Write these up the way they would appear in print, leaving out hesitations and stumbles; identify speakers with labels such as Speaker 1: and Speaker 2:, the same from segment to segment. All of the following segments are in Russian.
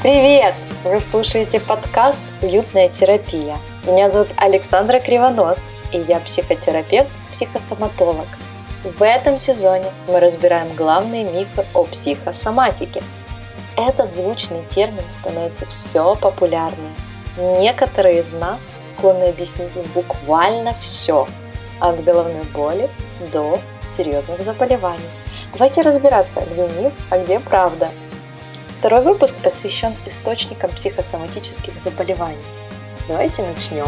Speaker 1: Привет! Вы слушаете подкаст «Уютная терапия». Меня зовут Александра Кривонос, и я психотерапевт, психосоматолог. В этом сезоне мы разбираем главные мифы о психосоматике. Этот звучный термин становится все популярнее. Некоторые из нас склонны объяснить им буквально все, от головной боли до серьезных заболеваний. Давайте разбираться, где миф, а где правда. Второй выпуск посвящен источникам психосоматических заболеваний. Давайте начнем.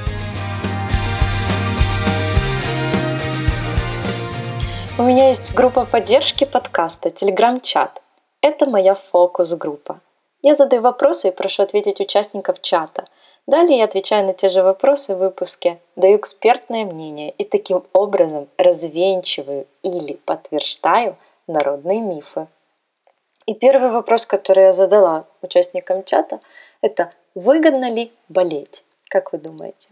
Speaker 1: У меня есть группа поддержки подкаста, телеграм-чат. Это моя фокус-группа. Я задаю вопросы и прошу ответить участников чата. Далее я отвечаю на те же вопросы в выпуске, даю экспертное мнение и таким образом развенчиваю или подтверждаю народные мифы. И первый вопрос, который я задала участникам чата, это: выгодно ли болеть? Как вы думаете?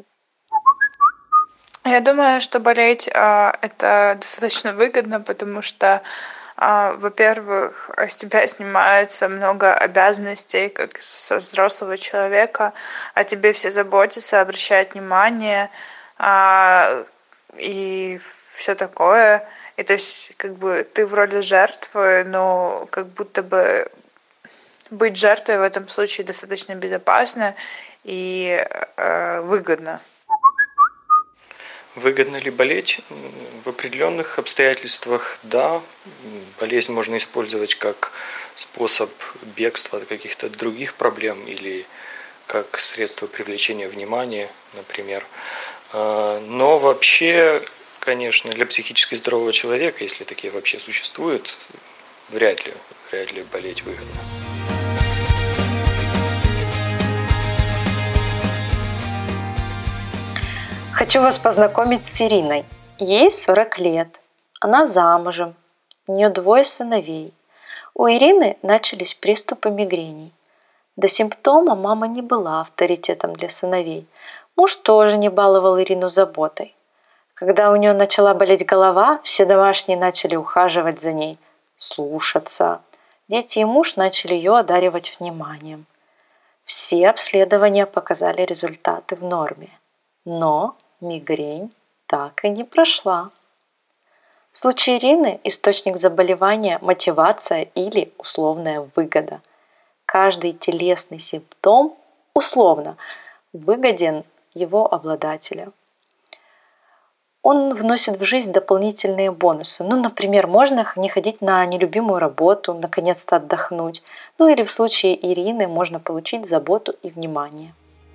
Speaker 2: Я думаю, что болеть это достаточно выгодно, потому что, во-первых, с тебя снимается много обязанностей, как со взрослого человека, о тебе все заботятся, обращают внимание и все такое. И то есть, как бы ты в роли жертвы, но как будто бы быть жертвой в этом случае достаточно безопасно и выгодно.
Speaker 3: Выгодно ли болеть? В определенных обстоятельствах да. Болезнь можно использовать как способ бегства от каких-то других проблем или как средство привлечения внимания, например. Но вообще, конечно, для психически здорового человека, если такие вообще существуют, вряд ли болеть выгодно.
Speaker 1: Хочу вас познакомить с Ириной. Ей 40 лет. Она замужем. У нее 2 сыновей. У Ирины начались приступы мигрений. До симптома мама не была авторитетом для сыновей. Муж тоже не баловал Ирину заботой. Когда у нее начала болеть голова, все домашние начали ухаживать за ней, слушаться. Дети и муж начали ее одаривать вниманием. Все обследования показали результаты в норме. Но мигрень так и не прошла. В случае Ирины источник заболевания – мотивация или условная выгода. Каждый телесный симптом условно выгоден его обладателю. Он вносит в жизнь дополнительные бонусы. Например, можно не ходить на нелюбимую работу, наконец-то отдохнуть. Или в случае Ирины можно получить заботу и внимание.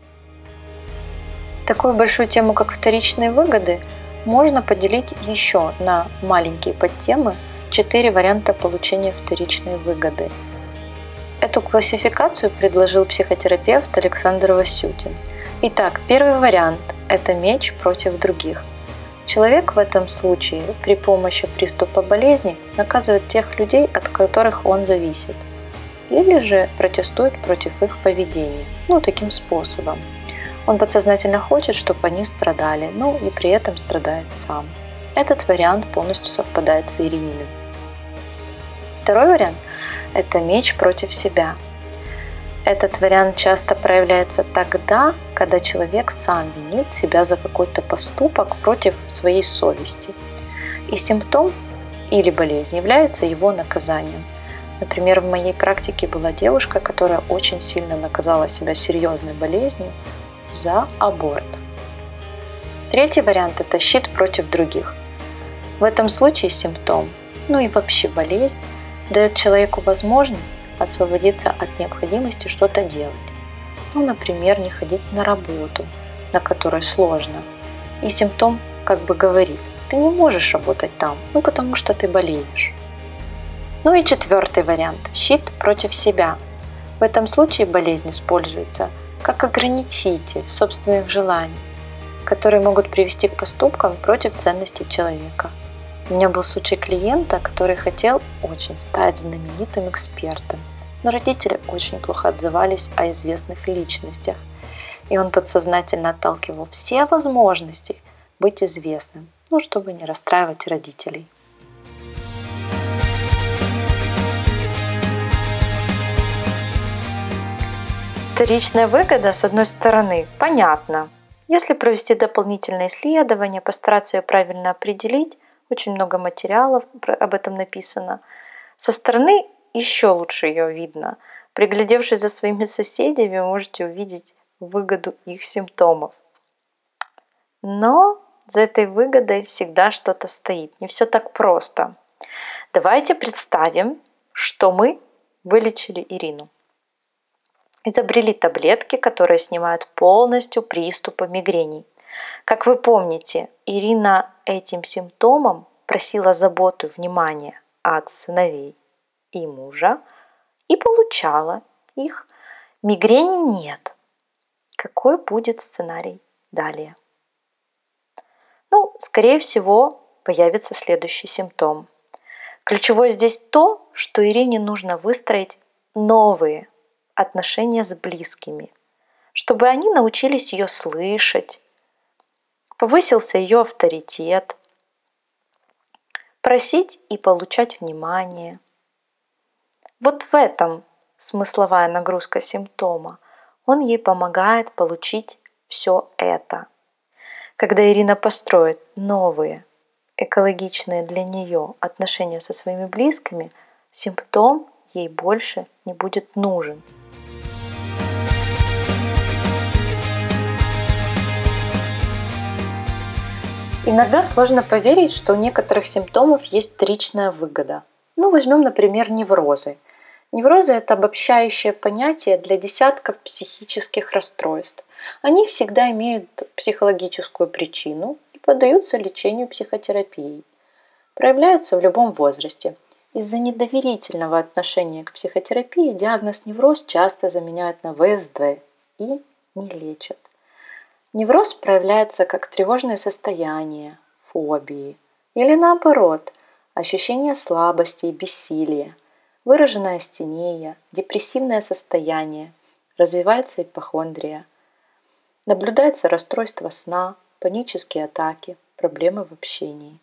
Speaker 1: Такую большую тему, как вторичные выгоды, можно поделить еще на маленькие подтемы 4 варианта получения вторичной выгоды. Эту классификацию предложил психотерапевт Александр Васютин. Итак, первый вариант – это меч против других. Человек в этом случае при помощи приступа болезни наказывает тех людей, от которых он зависит, или же протестует против их поведения, таким способом. Он подсознательно хочет, чтобы они страдали, и при этом страдает сам. Этот вариант полностью совпадает с Ирининым. Второй вариант – это меч против себя. Этот вариант часто проявляется тогда, когда человек сам винит себя за какой-то поступок против своей совести. И симптом или болезнь является его наказанием. Например, в моей практике была девушка, которая очень сильно наказала себя серьезной болезнью за аборт. Третий вариант – это щит против других. В этом случае симптом, и вообще болезнь, дает человеку возможность освободиться от необходимости что-то делать. Например, не ходить на работу, на которой сложно. И симптом как бы говорит: ты не можешь работать там, потому что ты болеешь. И четвертый вариант – щит против себя. В этом случае болезнь используется как ограничитель собственных желаний, которые могут привести к поступкам против ценностей человека. У меня был случай клиента, который хотел очень стать знаменитым экспертом, но родители очень плохо отзывались о известных личностях, и он подсознательно отталкивал все возможности быть известным, чтобы не расстраивать родителей. Вторичная выгода, с одной стороны, понятно. Если провести дополнительные исследования, постараться ее правильно определить, очень много материалов об этом написано. Со стороны еще лучше ее видно. Приглядевшись за своими соседями, вы можете увидеть выгоду их симптомов. Но за этой выгодой всегда что-то стоит. Не все так просто. Давайте представим, что мы вылечили Ирину. Изобрели таблетки, которые снимают полностью приступы мигрений. Как вы помните, Ирина этим симптомом просила заботу и внимания от сыновей и мужа и получала их. Мигрени нет. Какой будет сценарий далее? Скорее всего, появится следующий симптом. Ключевое здесь то, что Ирине нужно выстроить новые отношения с близкими, чтобы они научились ее слышать, повысился ее авторитет, просить и получать внимание. Вот в этом смысловая нагрузка симптома. Он ей помогает получить все это. Когда Ирина построит новые, экологичные для нее отношения со своими близкими, симптом ей больше не будет нужен. Иногда сложно поверить, что у некоторых симптомов есть вторичная выгода. Возьмем, например, неврозы. Неврозы – это обобщающее понятие для десятков психических расстройств. Они всегда имеют психологическую причину и поддаются лечению психотерапией. Проявляются в любом возрасте. Из-за недоверительного отношения к психотерапии диагноз невроз часто заменяют на ВСД и не лечат. Невроз проявляется как тревожное состояние, фобии или наоборот, ощущение слабости и бессилия, выраженная астения, депрессивное состояние, развивается ипохондрия. Наблюдается расстройство сна, панические атаки, проблемы в общении.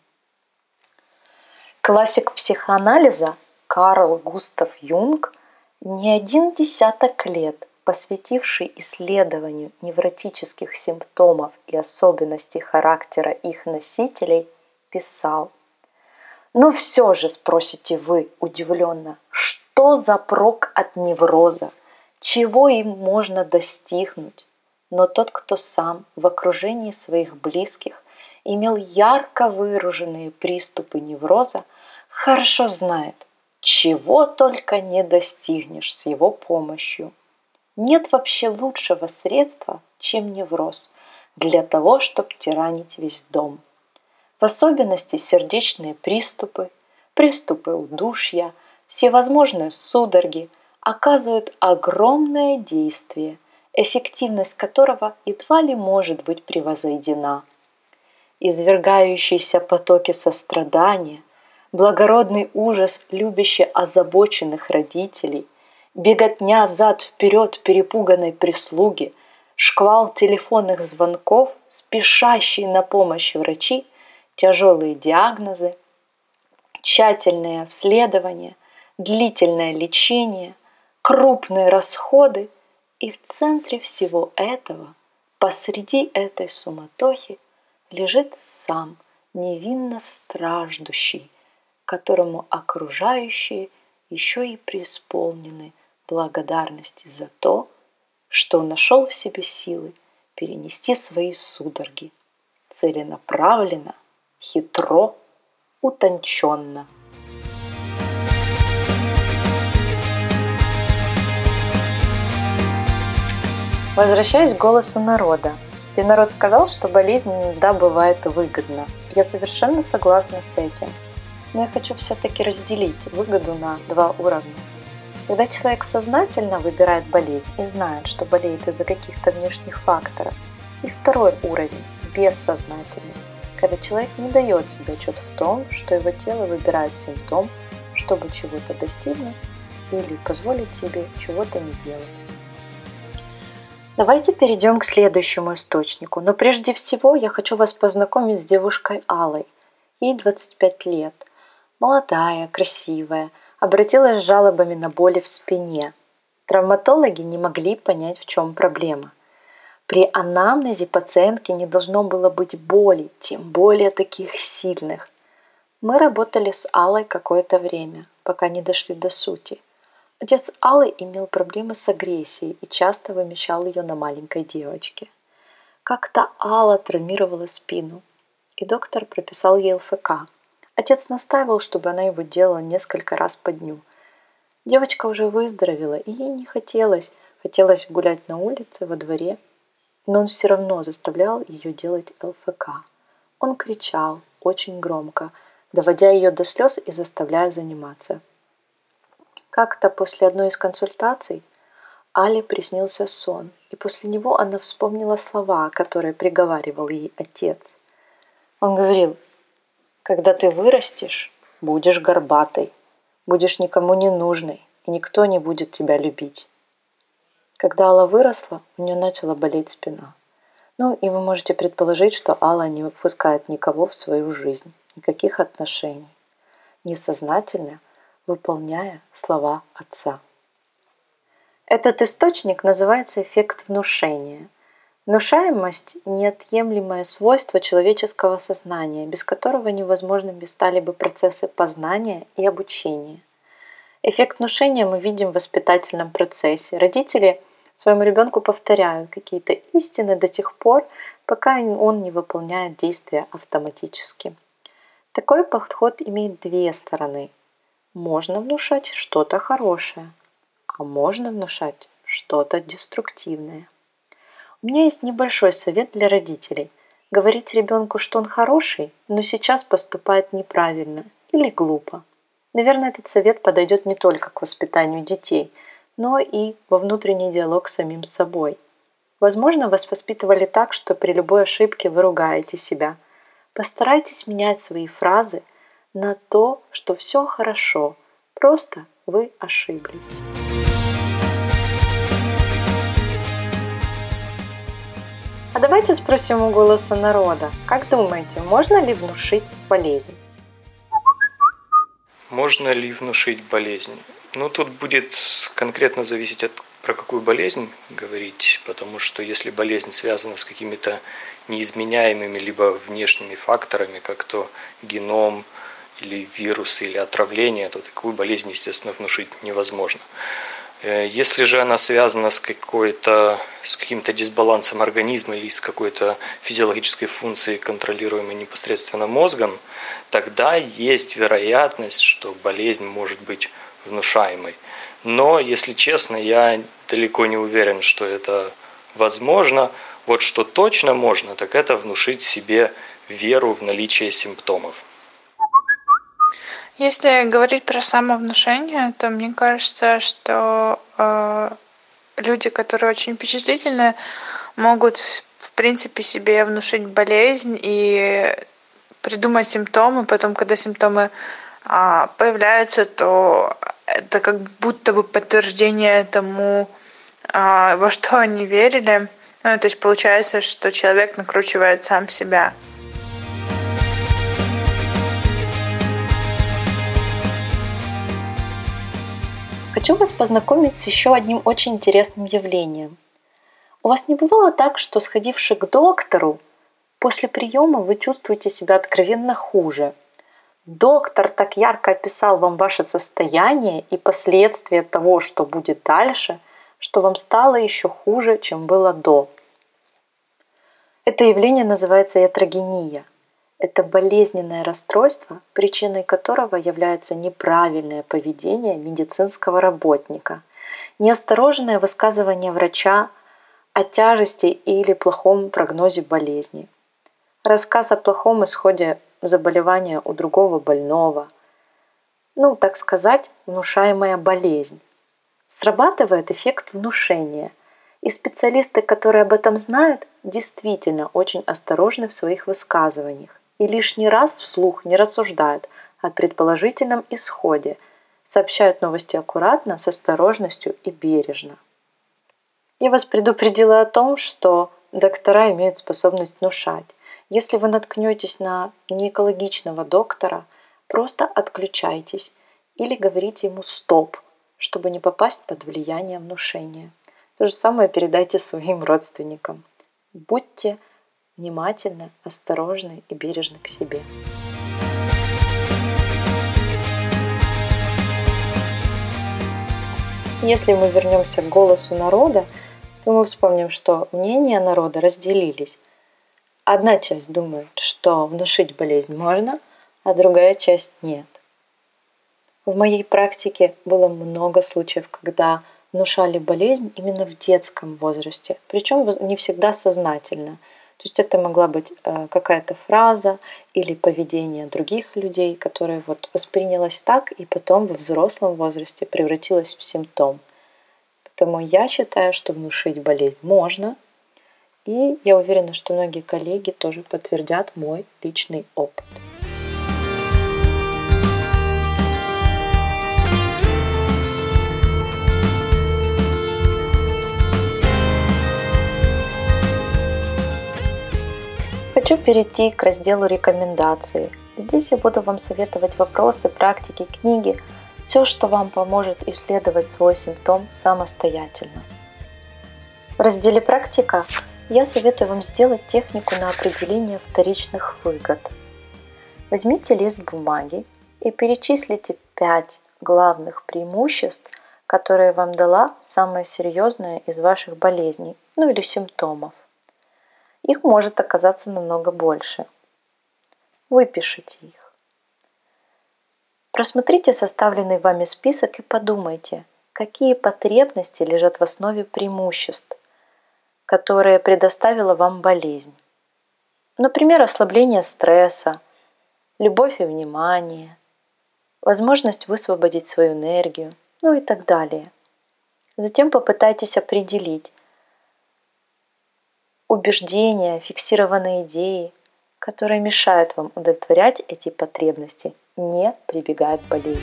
Speaker 1: Классик психоанализа Карл Густав Юнг, не один десяток лет посвятивший исследованию невротических симптомов и особенностей характера их носителей, писал: «Но все же, спросите вы удивленно, что за прок от невроза, чего им можно достигнуть? Но тот, кто сам в окружении своих близких имел ярко выраженные приступы невроза, хорошо знает, чего только не достигнешь с его помощью. Нет вообще лучшего средства, чем невроз, для того, чтобы тиранить весь дом. В особенности сердечные приступы, приступы удушья, всевозможные судороги оказывают огромное действие, эффективность которого едва ли может быть превозойдена. Извергающиеся потоки сострадания, благородный ужас любящих озабоченных родителей, беготня взад-вперед перепуганной прислуги, шквал телефонных звонков, спешащие на помощь врачи, тяжелые диагнозы, тщательные обследования, длительное лечение, крупные расходы. И в центре всего этого, посреди этой суматохи, лежит сам невинно страждущий, которому окружающие еще и преисполнены благодарности за то, что он нашел в себе силы перенести свои судороги целенаправленно, хитро, утонченно. Возвращаясь к голосу народа, где народ сказал, что болезнь иногда бывает выгодна. Я совершенно согласна с этим. Но я хочу все-таки разделить выгоду на два уровня. Когда человек сознательно выбирает болезнь и знает, что болеет из-за каких-то внешних факторов. И второй уровень, бессознательный, когда человек не дает себе отчет в том, что его тело выбирает симптом, чтобы чего-то достигнуть или позволить себе чего-то не делать. Давайте перейдем к следующему источнику. Но прежде всего я хочу вас познакомить с девушкой Аллой. Ей 25 лет. Молодая, красивая, обратилась с жалобами на боли в спине. Травматологи не могли понять, в чем проблема. При анамнезе пациентки не должно было быть боли, тем более таких сильных. Мы работали с Аллой какое-то время, пока не дошли до сути. Отец Аллы имел проблемы с агрессией и часто вымещал ее на маленькой девочке. Как-то Алла травмировала спину, и доктор прописал ей ЛФК. Отец настаивал, чтобы она его делала несколько раз по дню. Девочка уже выздоровела, и ей не хотелось. Хотелось гулять на улице, во дворе. Но он все равно заставлял ее делать ЛФК. Он кричал очень громко, доводя ее до слез и заставляя заниматься. Как-то после одной из консультаций Але приснился сон, и после него она вспомнила слова, которые приговаривал ей отец. Он говорил: «Когда ты вырастешь, будешь горбатой, будешь никому не нужной, и никто не будет тебя любить». Когда Алла выросла, у нее начала болеть спина. Ну и вы можете предположить, что Алла не выпускает никого в свою жизнь, никаких отношений, несознательно выполняя слова отца. Этот источник называется эффект внушения. Внушаемость – неотъемлемое свойство человеческого сознания, без которого невозможными стали бы процессы познания и обучения. Эффект внушения мы видим в воспитательном процессе. Родители своему ребенку повторяют какие-то истины до тех пор, пока он не выполняет действия автоматически. Такой подход имеет две стороны. Можно внушать что-то хорошее, а можно внушать что-то деструктивное. У меня есть небольшой совет для родителей. Говорить ребенку, что он хороший, но сейчас поступает неправильно или глупо. Наверное, этот совет подойдет не только к воспитанию детей, но и во внутренний диалог с самим собой. Возможно, вас воспитывали так, что при любой ошибке вы ругаете себя. Постарайтесь менять свои фразы на то, что все хорошо, просто вы ошиблись. А давайте спросим у голоса народа. Как думаете, можно ли внушить болезнь?
Speaker 3: Можно ли внушить болезнь? Тут будет конкретно зависеть про какую болезнь говорить, потому что если болезнь связана с какими-то неизменяемыми либо внешними факторами, как то геном или вирус или отравление, то такую болезнь, естественно, внушить невозможно. Если же она связана с каким-то дисбалансом организма или с какой-то физиологической функцией, контролируемой непосредственно мозгом, тогда есть вероятность, что болезнь может быть внушаемой. Но, если честно, я далеко не уверен, что это возможно. Вот что точно можно, так это внушить себе веру в наличие симптомов.
Speaker 2: Если говорить про самовнушение, то мне кажется, что люди, которые очень впечатлительны, могут в принципе себе внушить болезнь и придумать симптомы. Потом, когда симптомы появляются, то это как будто бы подтверждение тому, во что они верили. То есть получается, что человек накручивает сам себя.
Speaker 1: Хочу вас познакомить с еще одним очень интересным явлением. У вас не бывало так, что, сходивши к доктору, после приема вы чувствуете себя откровенно хуже? Доктор так ярко описал вам ваше состояние и последствия того, что будет дальше, что вам стало еще хуже, чем было до. Это явление называется iatrogenia. Это болезненное расстройство, причиной которого является неправильное поведение медицинского работника, неосторожное высказывание врача о тяжести или плохом прогнозе болезни, рассказ о плохом исходе заболевания у другого больного, так сказать, внушаемая болезнь. Срабатывает эффект внушения, и специалисты, которые об этом знают, действительно очень осторожны в своих высказываниях и лишний раз вслух не рассуждают о предположительном исходе, сообщают новости аккуратно, с осторожностью и бережно. Я вас предупредила о том, что доктора имеют способность внушать. Если вы наткнетесь на неэкологичного доктора, просто отключайтесь или говорите ему «стоп», чтобы не попасть под влияние внушения. То же самое передайте своим родственникам. Будьте внимательны, осторожны и бережны к себе. Если мы вернемся к голосу народа, то мы вспомним, что мнения народа разделились. Одна часть думает, что внушить болезнь можно, а другая часть нет. В моей практике было много случаев, когда внушали болезнь именно в детском возрасте, причем не всегда сознательно. То есть это могла быть какая-то фраза или поведение других людей, которое воспринялось так и потом во взрослом возрасте превратилось в симптом. Поэтому я считаю, что внушить болезнь можно, и я уверена, что многие коллеги тоже подтвердят мой личный опыт. Хочу перейти к разделу рекомендаций. Здесь я буду вам советовать вопросы, практики, книги, все, что вам поможет исследовать свой симптом самостоятельно. В разделе «Практика» я советую вам сделать технику на определение вторичных выгод. Возьмите лист бумаги и перечислите 5 главных преимуществ, которые вам дала самая серьезная из ваших болезней, или симптомов. Их может оказаться намного больше. Выпишите их. Просмотрите составленный вами список и подумайте, какие потребности лежат в основе преимуществ, которые предоставила вам болезнь. Например, ослабление стресса, любовь и внимание, возможность высвободить свою энергию, и так далее. Затем попытайтесь определить убеждения, фиксированные идеи, которые мешают вам удовлетворять эти потребности, не прибегая к болезни.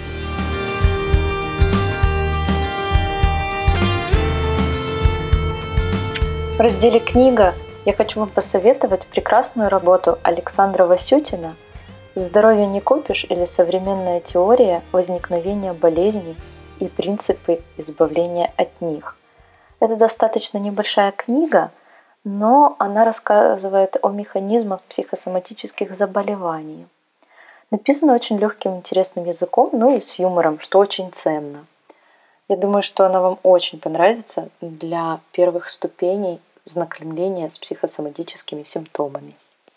Speaker 1: В разделе «Книга» я хочу вам посоветовать прекрасную работу Александра Васютина «Здоровье не купишь» или «Современная теория возникновения болезней и принципы избавления от них». Это достаточно небольшая книга, но она рассказывает о механизмах психосоматических заболеваний. Написано очень легким, интересным языком, и с юмором, что очень ценно. Я думаю, что она вам очень понравится для первых ступеней знакомления с психосоматическими симптомами.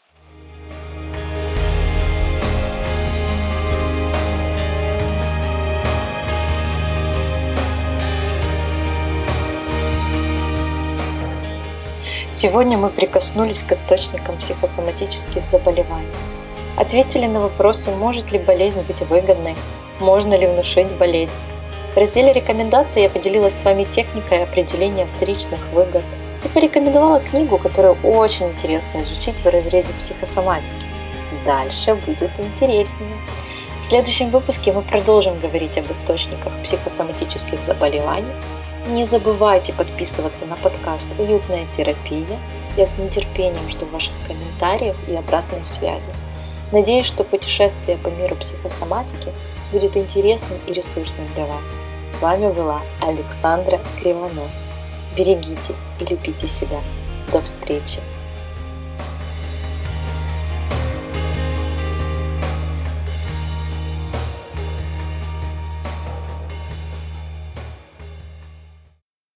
Speaker 1: Сегодня мы прикоснулись к источникам психосоматических заболеваний. Ответили на вопросы, может ли болезнь быть выгодной, можно ли внушить болезнь. В разделе рекомендаций я поделилась с вами техникой определения вторичных выгод и порекомендовала книгу, которую очень интересно изучить в разрезе психосоматики. Дальше будет интереснее. В следующем выпуске мы продолжим говорить об источниках психосоматических заболеваний. Не забывайте подписываться на подкаст «Уютная терапия». Я с нетерпением жду ваших комментариев и обратной связи. Надеюсь, что путешествие по миру психосоматики будет интересным и ресурсным для вас. С вами была Александра Кривонос. Берегите и любите себя. До встречи!